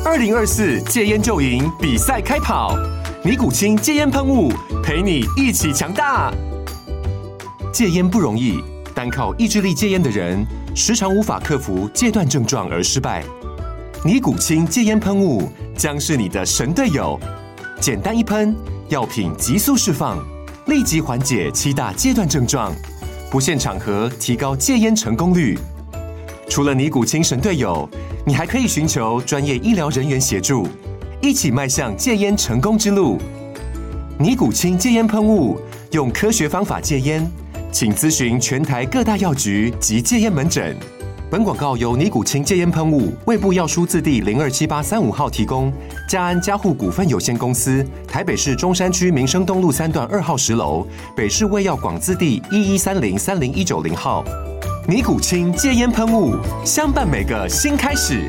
2024戒烟就赢比赛开跑，尼古清戒烟喷雾，陪你一起强大。戒烟不容易，单靠意志力戒烟的人，时常无法克服戒断症状而失败。尼古清戒烟喷雾将是你的神队友，简单一喷，药品急速释放，立即缓解7大戒断症状，不限场合提高戒烟成功率。除了尼古清神队友，你还可以寻求专业医疗人员协助，一起迈向戒烟成功之路。尼古清戒烟喷雾，用科学方法戒烟，请咨询全台各大药局及戒烟门诊。本广告由尼古清戒烟喷雾、卫部药书字第027835号提供，嘉安嘉护股份有限公司，台北市中山区民生东路3段2号10楼，北市卫药广字第1130-30190号。尼古清戒烟喷雾，相伴每个新开始。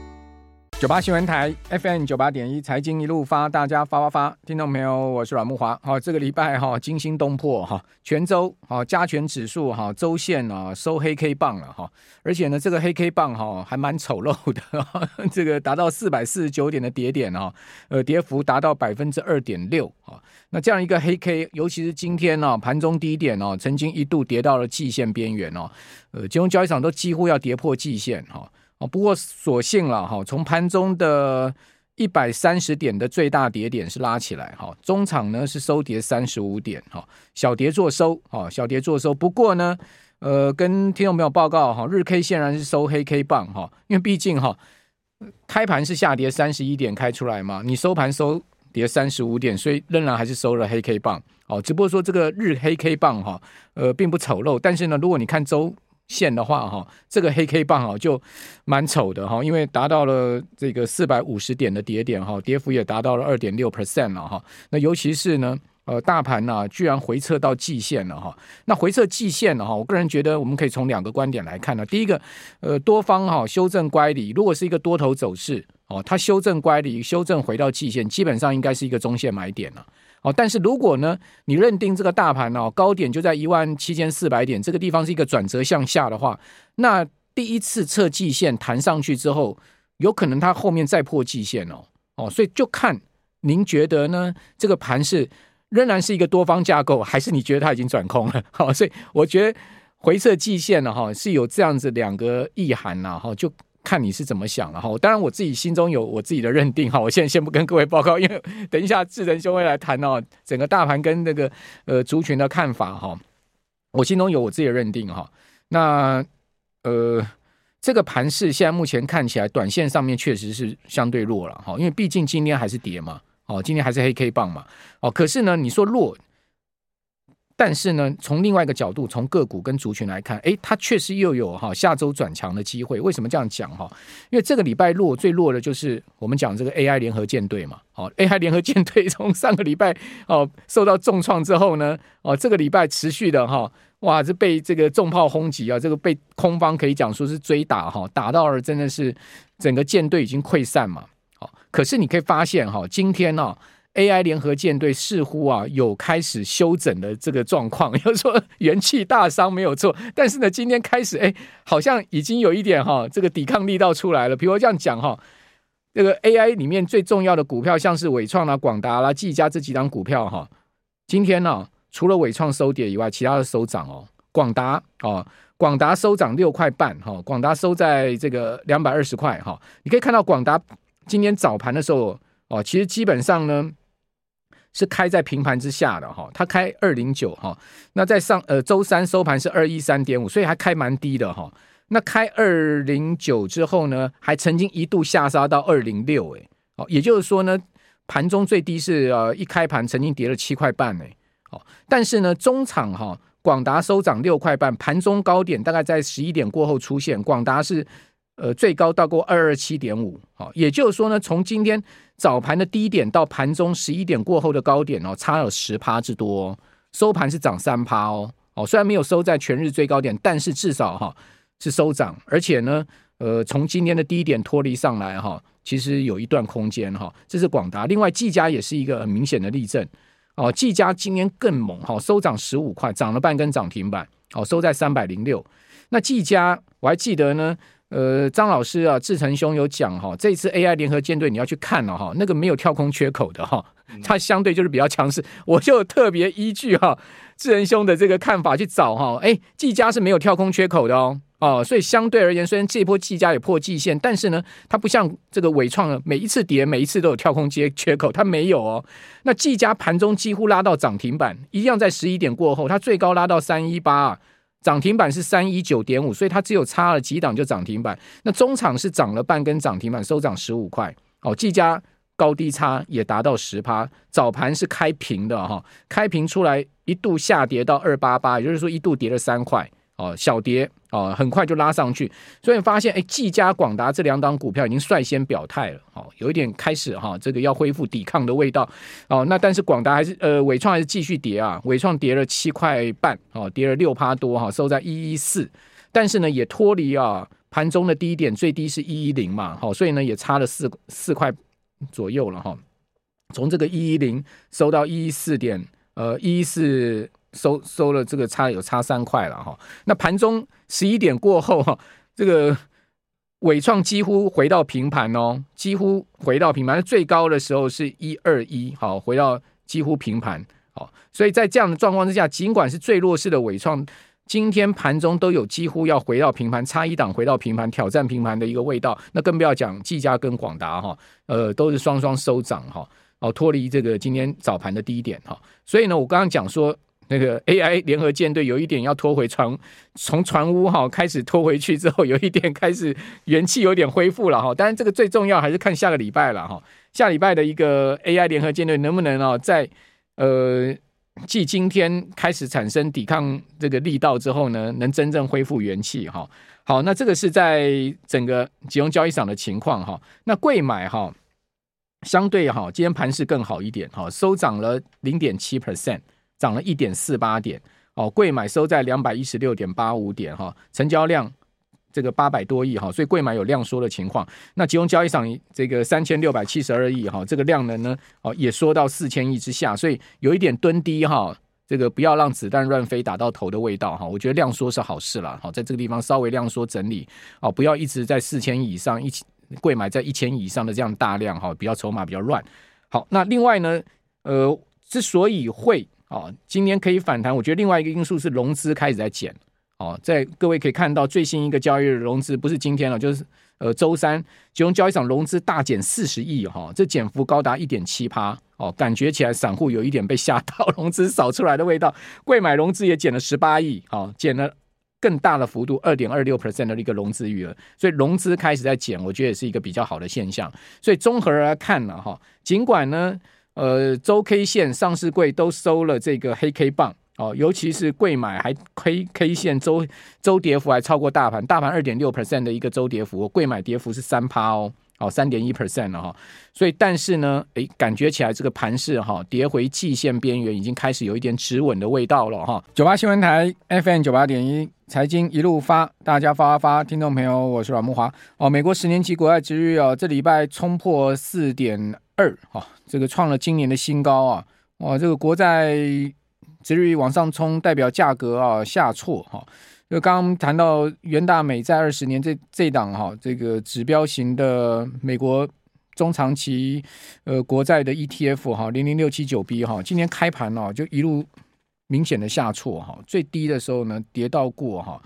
98新闻台 FM 98.1财经一路发，大家发，听众朋友，我是阮慕骅。这个礼拜惊心动魄全州加权指数周线收黑 K 棒了而且呢，这个黑 K 棒还蛮丑陋的这个达到449点的跌点跌幅达到 2.6%。那这样一个黑 K， 尤其是今天盘中低点曾经一度跌到了季线边缘金融交易场都几乎要跌破季线不过所幸了从盘中的130点的最大跌点是拉起来中场呢是收跌35点小跌做收不过呢跟听众朋友报告日 K 显然是收黑 K 棒因为毕竟开盘是下跌31点开出来嘛，你收盘收跌35点，所以仍然还是收了黑 K 棒只不过说这个日黑 K 棒并不丑陋，但是呢如果你看周线的话这个黑 K 棒就蛮丑的因为达到了这个450点的跌点跌幅也达到了 2.6% 了那尤其是呢大盘居然回撤到季线了那回撤季线我个人觉得我们可以从2个观点来看第一个多方修正乖离，如果是一个多头走势它修正乖离，修正回到季线，基本上应该是一个中线买点了但是如果呢你认定这个大盘高点就在17400点这个地方是一个转折向下的话，那第一次测季线弹上去之后，有可能它后面再破季线所以就看您觉得呢这个盘是仍然是一个多方架构，还是你觉得它已经转空了所以我觉得回测季线是有这样子2个意涵就看你是怎么想了当然我自己心中有我自己的认定我现在先不跟各位报告，因为等一下志成兄会来谈整个大盘跟那个族群的看法我心中有我自己的认定那这个盘势现在目前看起来短线上面确实是相对弱了因为毕竟今天还是跌嘛今天还是黑 K 棒嘛可是呢你说弱，但是呢从另外一个角度，从个股跟族群来看它确实又有下周转强的机会。为什么这样讲因为这个礼拜最弱的就是我们讲这个 AI 联合舰队嘛AI 联合舰队从上个礼拜受到重创之后呢这个礼拜持续的哇，这被这个重炮轰击这个被空方可以讲说是追打打到了真的是整个舰队已经溃散嘛可是你可以发现今天AI 联合舰队似乎有开始休整的这个状况，就是说元气大伤没有错，但是呢今天开始好像已经有一点这个抵抗力道出来了。比如这样讲这个 AI 里面最重要的股票像是伟创广达啦、技嘉这几档股票今天除了伟创收跌以外，其他的收涨广达收涨6块半广达收在这个220块你可以看到广达今天早盘的时候其实基本上呢是开在平盘之下的它开209那在周三收盘是 213.5， 所以还开蛮低的那开209之后呢还曾经一度下杀到206也就是说呢盘中最低是一开盘曾经跌了7块半但是呢中场广达收涨6块半，盘中高点大概在11点过后出现，广达是最高到过 227.5 也就是说呢从今天早盘的低点到盘中11点过后的高点差有 10% 之多收盘是涨 3% 虽然没有收在全日最高点，但是至少是收涨，而且呢从今天的低点脱离上来其实有一段空间这是广达。另外技嘉也是一个很明显的例证技嘉今天更猛收涨15块，涨了半根涨停板收在306。那技嘉我还记得呢张老师啊，志成兄有讲哈，这次 AI 联合舰队你要去看了哈，那个没有跳空缺口的哈，它相对就是比较强势。我就特别依据哈志成兄的这个看法去找哈，技嘉是没有跳空缺口的哦，所以相对而言，虽然这波技嘉也破季线，但是呢，它不像这个伟创每一次跌，每一次都有跳空缺口，它没有哦。那技嘉盘中几乎拉到涨停板，一样在11点过后，它最高拉到318。涨停板是319.5，所以它只有差了几档就涨停板。那中场是涨了半根涨停板，收涨15块。技嘉高低差也达到10%。早盘是开平的哈，开平出来一度下跌到288，也就是说一度跌了3块。小跌很快就拉上去，所以发现技嘉、广达这两档股票已经率先表态了，有一点开始这个要恢复抵抗的味道。那但是广达还是伟创还是继续跌啊，伟创跌了7块半，跌了6%多，收在114，但是呢也脱离盘中的低点，最低是110嘛，所以呢也差了4块左右了哈，从这个110收到114.114。收了这个有差3块了哈。那盘中11点过后哈，这个伟创几乎回到平盘哦，几乎回到平盘。最高的时候是121，好，回到几乎平盘。好，所以在这样的状况之下，尽管是最弱势的伟创，今天盘中都有几乎要回到平盘，差一档回到平盘，挑战平盘的一个味道。那更不要讲技嘉跟广达哈，都是双双收涨哈，脱离这个今天早盘的低点哈。所以呢，我刚刚讲说。那个 AI 联合舰队有一点要拖回从船坞开始拖回去之后，有一点开始元气有点恢复了哈。当然这个最重要还是看下个礼拜了哈。下礼拜的一个 AI 联合舰队能不能在继今天开始产生抵抗这个力道之后呢，能真正恢复元气哈。好，那这个是在整个集中交易场的情况哈。那贵买哈相对今天盘势更好一点收涨了 0.7%。涨了 1.48 点，贵买收在 216.85 点，成交量这个800多亿，所以贵买有量缩的情况。那集中交易场这个3672亿，这个量能呢也缩到4000亿之下，所以有一点蹲低，这个不要让子弹乱飞打到头的味道，我觉得量缩是好事了，在这个地方稍微量缩整理，不要一直在4000亿以上，贵买在1000亿以上的这样大量，比较筹码比较乱。好，那另外呢，之所以会今天可以反弹，我觉得另外一个因素是融资开始在减。在各位可以看到最新一个交易日融资不是今天了，就是周三集中交易场融资大减40亿，这减幅高达 1.7%，感觉起来散户有一点被吓到，融资扫出来的味道。贵买融资也减了18亿，减了更大的幅度 2.26% 的一个融资余额，所以融资开始在减，我觉得也是一个比较好的现象。所以综合来看呢，尽管呢周 K 线上市柜都收了这个黑 K 棒，尤其是贵买还 K 线周跌幅还超过大盘 2.6% 的一个周跌幅，贵买跌幅是 3% 3.1% 了所以但是呢感觉起来这个盘势跌回季线边缘，已经开始有一点止稳的味道了98新闻台 FM 98.1财经一路发，大家发，听众朋友，我是阮慕骅。美国10年期国债殖利率这礼拜冲破 4.2， 这个创了今年的新高啊！这个国债殖利率往上冲，代表价格下挫就刚刚谈到元大美债20年这档这个指标型的美国中长期国债的 ETF 00679B 今年开盘就一路明显的下挫最低的时候呢跌到过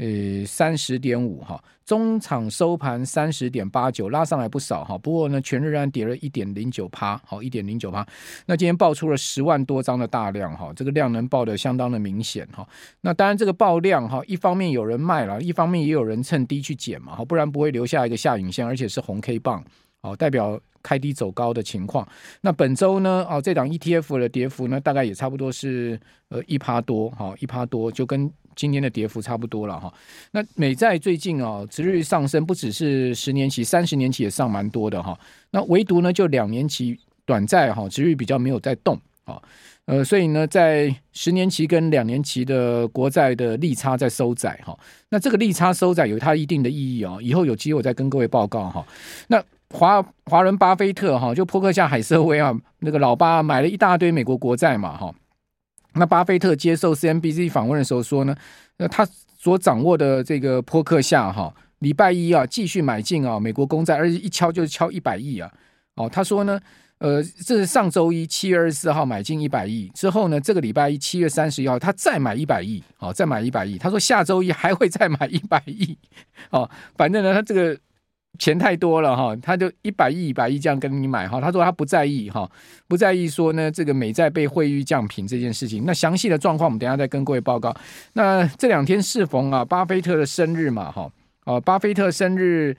30.5 中场收盘 30.89 拉上来不少不过呢全日仍然跌了 1.09%， 1.09%。那今天爆出了10万多张的大量这个量能爆得相当的明显那当然这个爆量一方面有人卖了，一方面也有人趁低去减嘛不然不会留下一个下影线，而且是红 K 棒代表开低走高的情况。那本周呢这档 ETF 的跌幅呢大概也差不多是1%多1%多，就跟今天的跌幅差不多了那美债最近殖利率上升，不只是10年期30年期也上蛮多的那唯独呢就2年期短债殖利率比较没有在动所以呢在10年期跟2年期的国债的利差在收窄那这个利差收窄有它一定的意义以后有机会我再跟各位报告那华伦巴菲特就波克夏海瑟薇那个老巴买了一大堆美国国债嘛那巴菲特接受 CNBC 访问的时候说呢，他所掌握的这个波克夏礼拜一啊继续买进啊美国公债，而且一敲就是敲100亿啊。他说呢，这是上周一7月24号买进100亿之后呢，这个礼拜一7月31号他再买100亿，再买100亿。他说下周一还会再买100亿，反正呢他这个钱太多了哈，他就100亿这样跟你买哈。他说他不在意哈，不在意说呢这个美债被惠誉降评这件事情。那详细的状况我们等一下再跟各位报告。那这2天适逢啊巴菲特的生日嘛哈，巴菲特生日，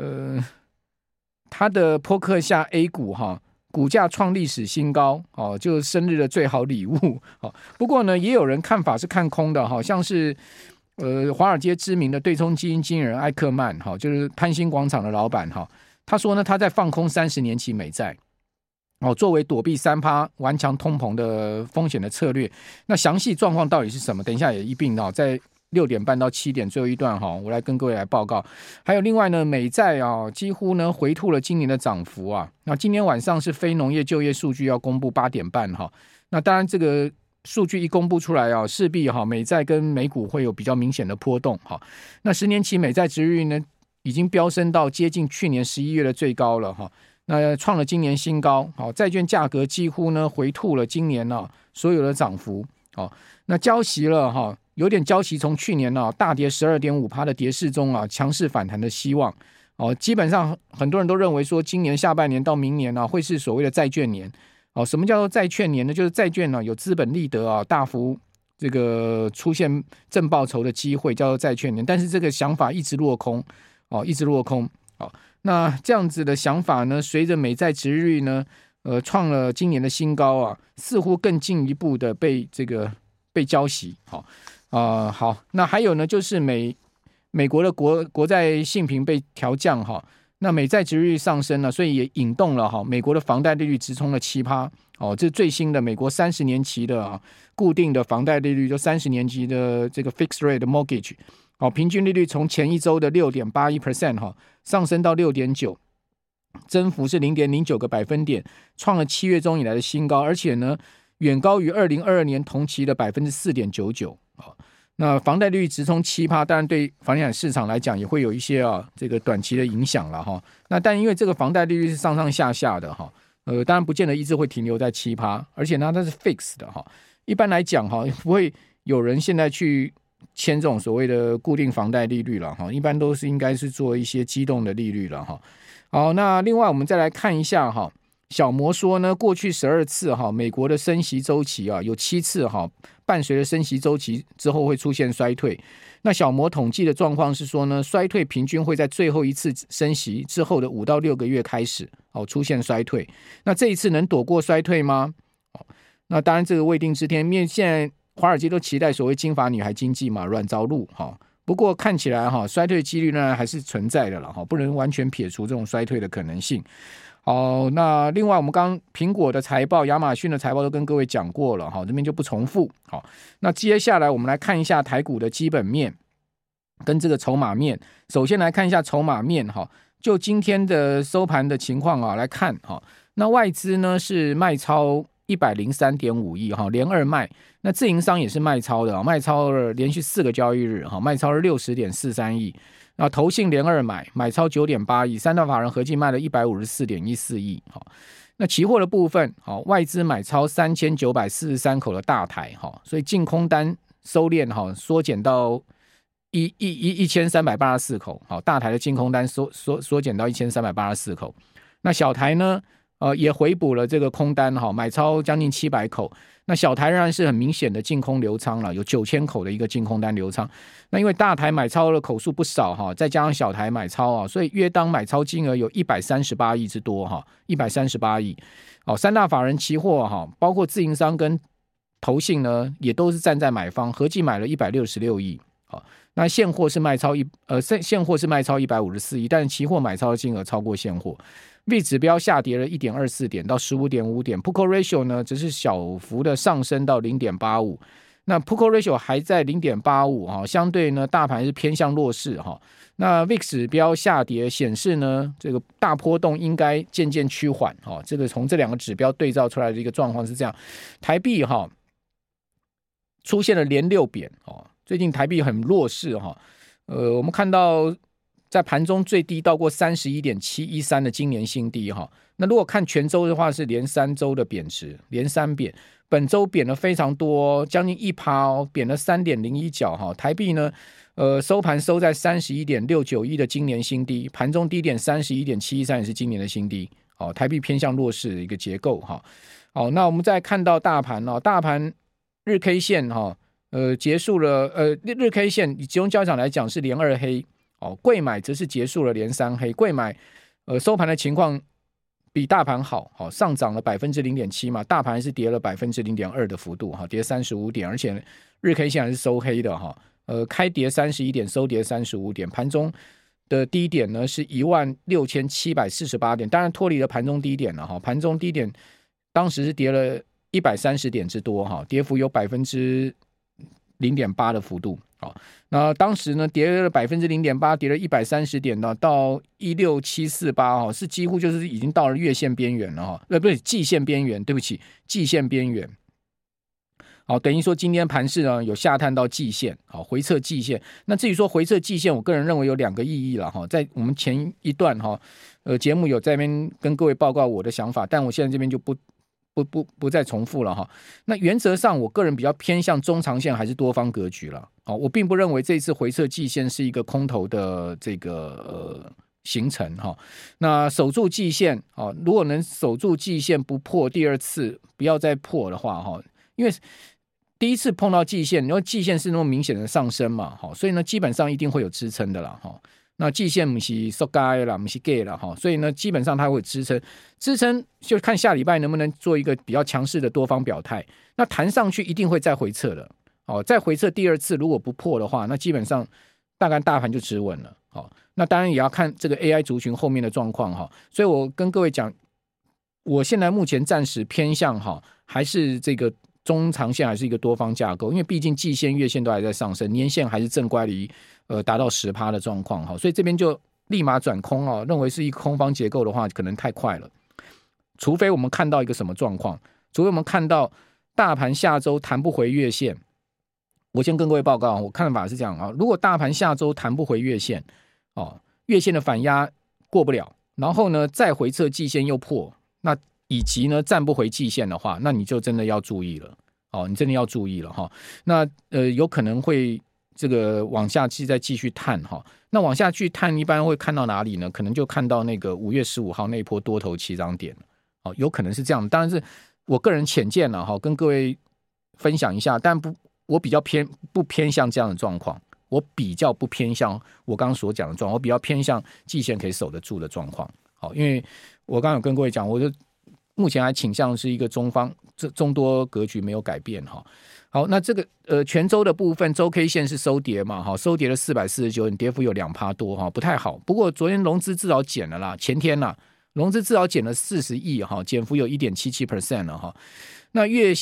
他的波克夏 A 股哈股价创历史新高，就是生日的最好礼物。不过呢，也有人看法是看空的哈，像是华尔街知名的对冲基金经理人艾克曼哈，就是潘兴广场的老板哈，他说呢他在放空30年期美债，作为躲避3%顽强通膨的风险的策略。那详细状况到底是什么？等一下也一并在6点半到7点最后一段我来跟各位来报告。还有另外呢，美债几乎呢回吐了今年的涨幅啊。那今天晚上是非农业就业数据要公布8点半那当然这个数据一公布出来势必美债跟美股会有比较明显的波动那10年期美债殖利率呢已经飙升到接近去年11月的最高了那创了今年新高债券价格几乎呢回吐了今年所有的涨幅那交息了有点交息从去年大跌 12.5% 的跌势中强势反弹的希望基本上很多人都认为说今年下半年到明年会是所谓的债券年什么叫做债券年呢？就是债券有资本利得大幅这个出现正报酬的机会，叫做债券年。但是这个想法一直落空一直落空那这样子的想法呢，随着美债殖利率呢创了今年的新高似乎更进一步的被浇熄好，那还有呢，就是美国的国债信评被调降那美债殖利率上升了，所以也引动了美国的房贷利率直冲了 7%这是最新的美国30年期的固定的房贷利率，就30年期的这个 fixed rate mortgage平均利率从前一周的 6.81% 上升到 6.9%， 增幅是 0.09 个百分点，创了7月中以来的新高，而且呢远高于2022年同期的 4.99%。那房贷利率直冲 7%， 当然对房地产市场来讲也会有一些这个短期的影响了那但因为这个房贷利率是上上下下的当然不见得一直会停留在 7%， 而且呢它是 fixed 的一般来讲不会有人现在去签这种所谓的固定房贷利率了一般都是应该是做一些机动的利率了好，那另外我们再来看一下小摩说呢，过去12次美国的升息周期有7次伴随着升息周期之后会出现衰退。那小摩统计的状况是说呢，衰退平均会在最后一次升息之后的5到6个月开始出现衰退。那这一次能躲过衰退吗？那当然这个未定之天，因为现在华尔街都期待所谓金发女孩经济嘛，软着陆不过看起来衰退几率呢还是存在的了不能完全撇除这种衰退的可能性。那另外我们刚刚苹果的财报、亚马逊的财报都跟各位讲过了这边就不重复。那接下来我们来看一下台股的基本面跟这个筹码面。首先来看一下筹码面就今天的收盘的情况来看那外资呢是卖超103.5亿连二卖。那自营商也是卖超的卖超了连续4个交易日卖超了60.43亿。那投信连二买超 9.8 亿，三大法人合计卖了 154.14 亿。那期货的部分外资买超3943口的大台所以净空单收敛缩减到1384口大台的净空单缩减到1384口。那小台呢也回补了这个空单买超将近700口。那小台仍然是很明显的净空流仓了，有9000口的一个净空单流仓。那因为大台买超的口数不少再加上小台买超所以约当买超金额有138亿之多138亿。三大法人期货包括自营商跟投信呢也都是站在买方，合计买了166亿。那现货是卖超154亿，但是期货买超的金额超过现货。V 指标下跌了 1.24 点到 15.5 点， Put Call Ratio 呢只是小幅的上升到 0.85。 那 Put Call Ratio 还在 0.85 相对呢大盘是偏向弱势那 VIX 指标下跌显示呢这个大波动应该渐渐趋缓这个从这两个指标对照出来的一个状况是这样。台币出现了连6贬最近台币很弱势我们看到在盘中最低到过31.713的今年新低哈。那如果看全周的话，是连3周的贬值，连3贬，本周贬了非常多，将近1%哦，贬了3.01角哈。台币呢，收盘收在31.691的今年新低，盘中低点31.713也是今年的新低。好，台币偏向弱势的一个结构哈。好，那我们再看到大盘哦，大盘日 K 线哈，结束了日 K 线以集中交易场来讲是连2黑。哦，贵买则是结束了连3黑，贵买收盘的情况比大盘好，上涨了 0.7% 嘛，大盘还是跌了 0.2% 的幅度，跌35点，而且日 K 线还是收黑的哈，开跌31点，收跌35点，盘中的低点呢是16748点，当然脱离了盘中低点了哈，盘中低点当时是跌了130点之多哈，跌幅有0.8%的幅度。好，那当时呢跌了 0.8%， 跌了130点呢，到16748是几乎就是已经到了月线边缘了哈，不是季线边缘，对不起，季线边缘。好，等于说今天盘势呢有下探到季线，好，回测季线。那至于说回测季线，我个人认为有2个意义了哈，在我们前一段哈，节目有在那边跟各位报告我的想法，但我现在这边就不再重复了哈。那原则上，我个人比较偏向中长线还是多方格局了。我并不认为这次回测季线是一个空头的这个形成哈。那守住季线如果能守住季线不破，第二次不要再破的话哈，因为第一次碰到季线，因为季线是那么明显的上升嘛，所以呢基本上一定会有支撑的啦哈。那季线不是缩改啦，不是给啦哈，所以呢基本上它会支撑就看下礼拜能不能做一个比较强势的多方表态。那弹上去一定会再回撤的。再回撤第二次如果不破的话，那基本上大概大盘就止稳了。那当然也要看这个 AI 族群后面的状况。所以我跟各位讲，我现在目前暂时偏向还是这个中长线还是一个多方架构，因为毕竟季线月线都还在上升，年线还是正乖离达到 10% 的状况，所以这边就立马转空认为是一个空方结构的话可能太快了，除非我们看到一个什么状况，除非我们看到大盘下周弹不回月线。我先跟各位报告，我看法是这样如果大盘下周弹不回月线月线的反压过不了，然后呢再回测季线又破，那以及呢站不回季线的话，那你就真的要注意了你真的要注意了那有可能会这个往下再继续探那往下去探一般会看到哪里呢？可能就看到那个5月15号那一波多头起涨点有可能是这样，当然是我个人浅见了跟各位分享一下，但我比较不偏向这样的状况，我比较不偏向我刚刚所讲的状况，我比较偏向季线可以守得住的状况。因为我刚刚有跟各位讲，我就目前还倾向是一个中多格局没有改变好，那这个全周的部分，周 K 线是收跌嘛收跌了449点，跌幅有 2% 多不太好。不过昨天融资至少减了啦，前天啦融资至少减了40亿减幅有 1.77% 了那月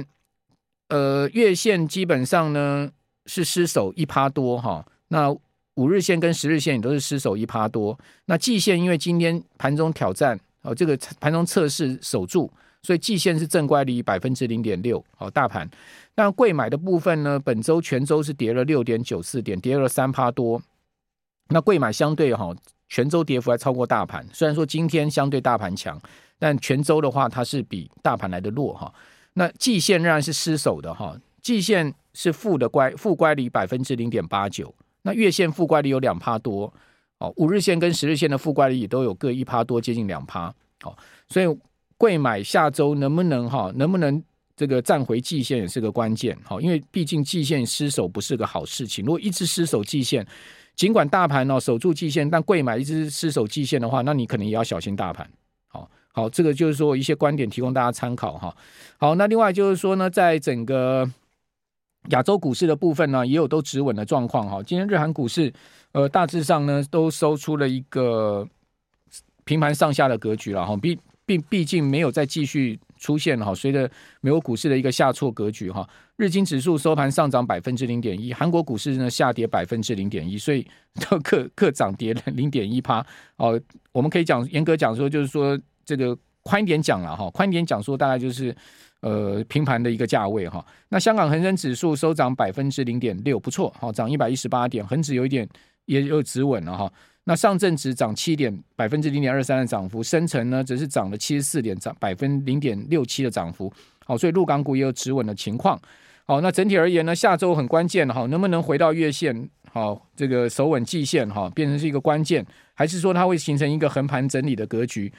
线基本上呢是失守 1% 多那5日线跟10日线也都是失守 1% 多。那季线因为今天盘中挑战这个盘中测试守住，所以季线是正乖离 0.6% 大盘。那贵买的部分呢，本周全周是跌了 6.94 点，跌了 3% 多。那贵买相对全周跌幅还超过大盘，虽然说今天相对大盘强，但全周的话它是比大盘来的弱那季线仍然是失守的季线是负乖离 0.89%， 那月线负乖离有 2% 多5日线跟10日线的负乖离也都有各 1% 多，接近 2%所以贵买下周能不能这个站回季线也是个关键因为毕竟季线失守不是个好事情，如果一直失守季线，尽管大盘守住季线，但贵买一直失守季线的话，那你可能也要小心大盘好，这个就是说一些观点提供大家参考好，那另外就是说呢，在整个亚洲股市的部分呢，也有都止稳的状况今天日韩股市大致上呢都收出了一个平盘上下的格局了毕竟没有再继续出现随着美国股市的一个下挫格局日经指数收盘上涨 0.1%， 韩国股市呢下跌 0.1%， 所以各涨跌 0.1%我们可以严格讲说就是说这个宽一点讲了宽一点讲说大概就是平盘的一个价位那香港恒生指数收涨 0.6%， 不错涨118点，恒指有一点也有止稳了那上证指涨0.23%的涨幅，深成呢则是涨了74点，涨0.67%的涨幅。好，所以陆港股也有止稳的情况。好，那整体而言呢，下周很关键，好，能不能回到月线，好，这个守稳季线，好，变成是一个关键，还是说它会形成一个横盘整理的格局？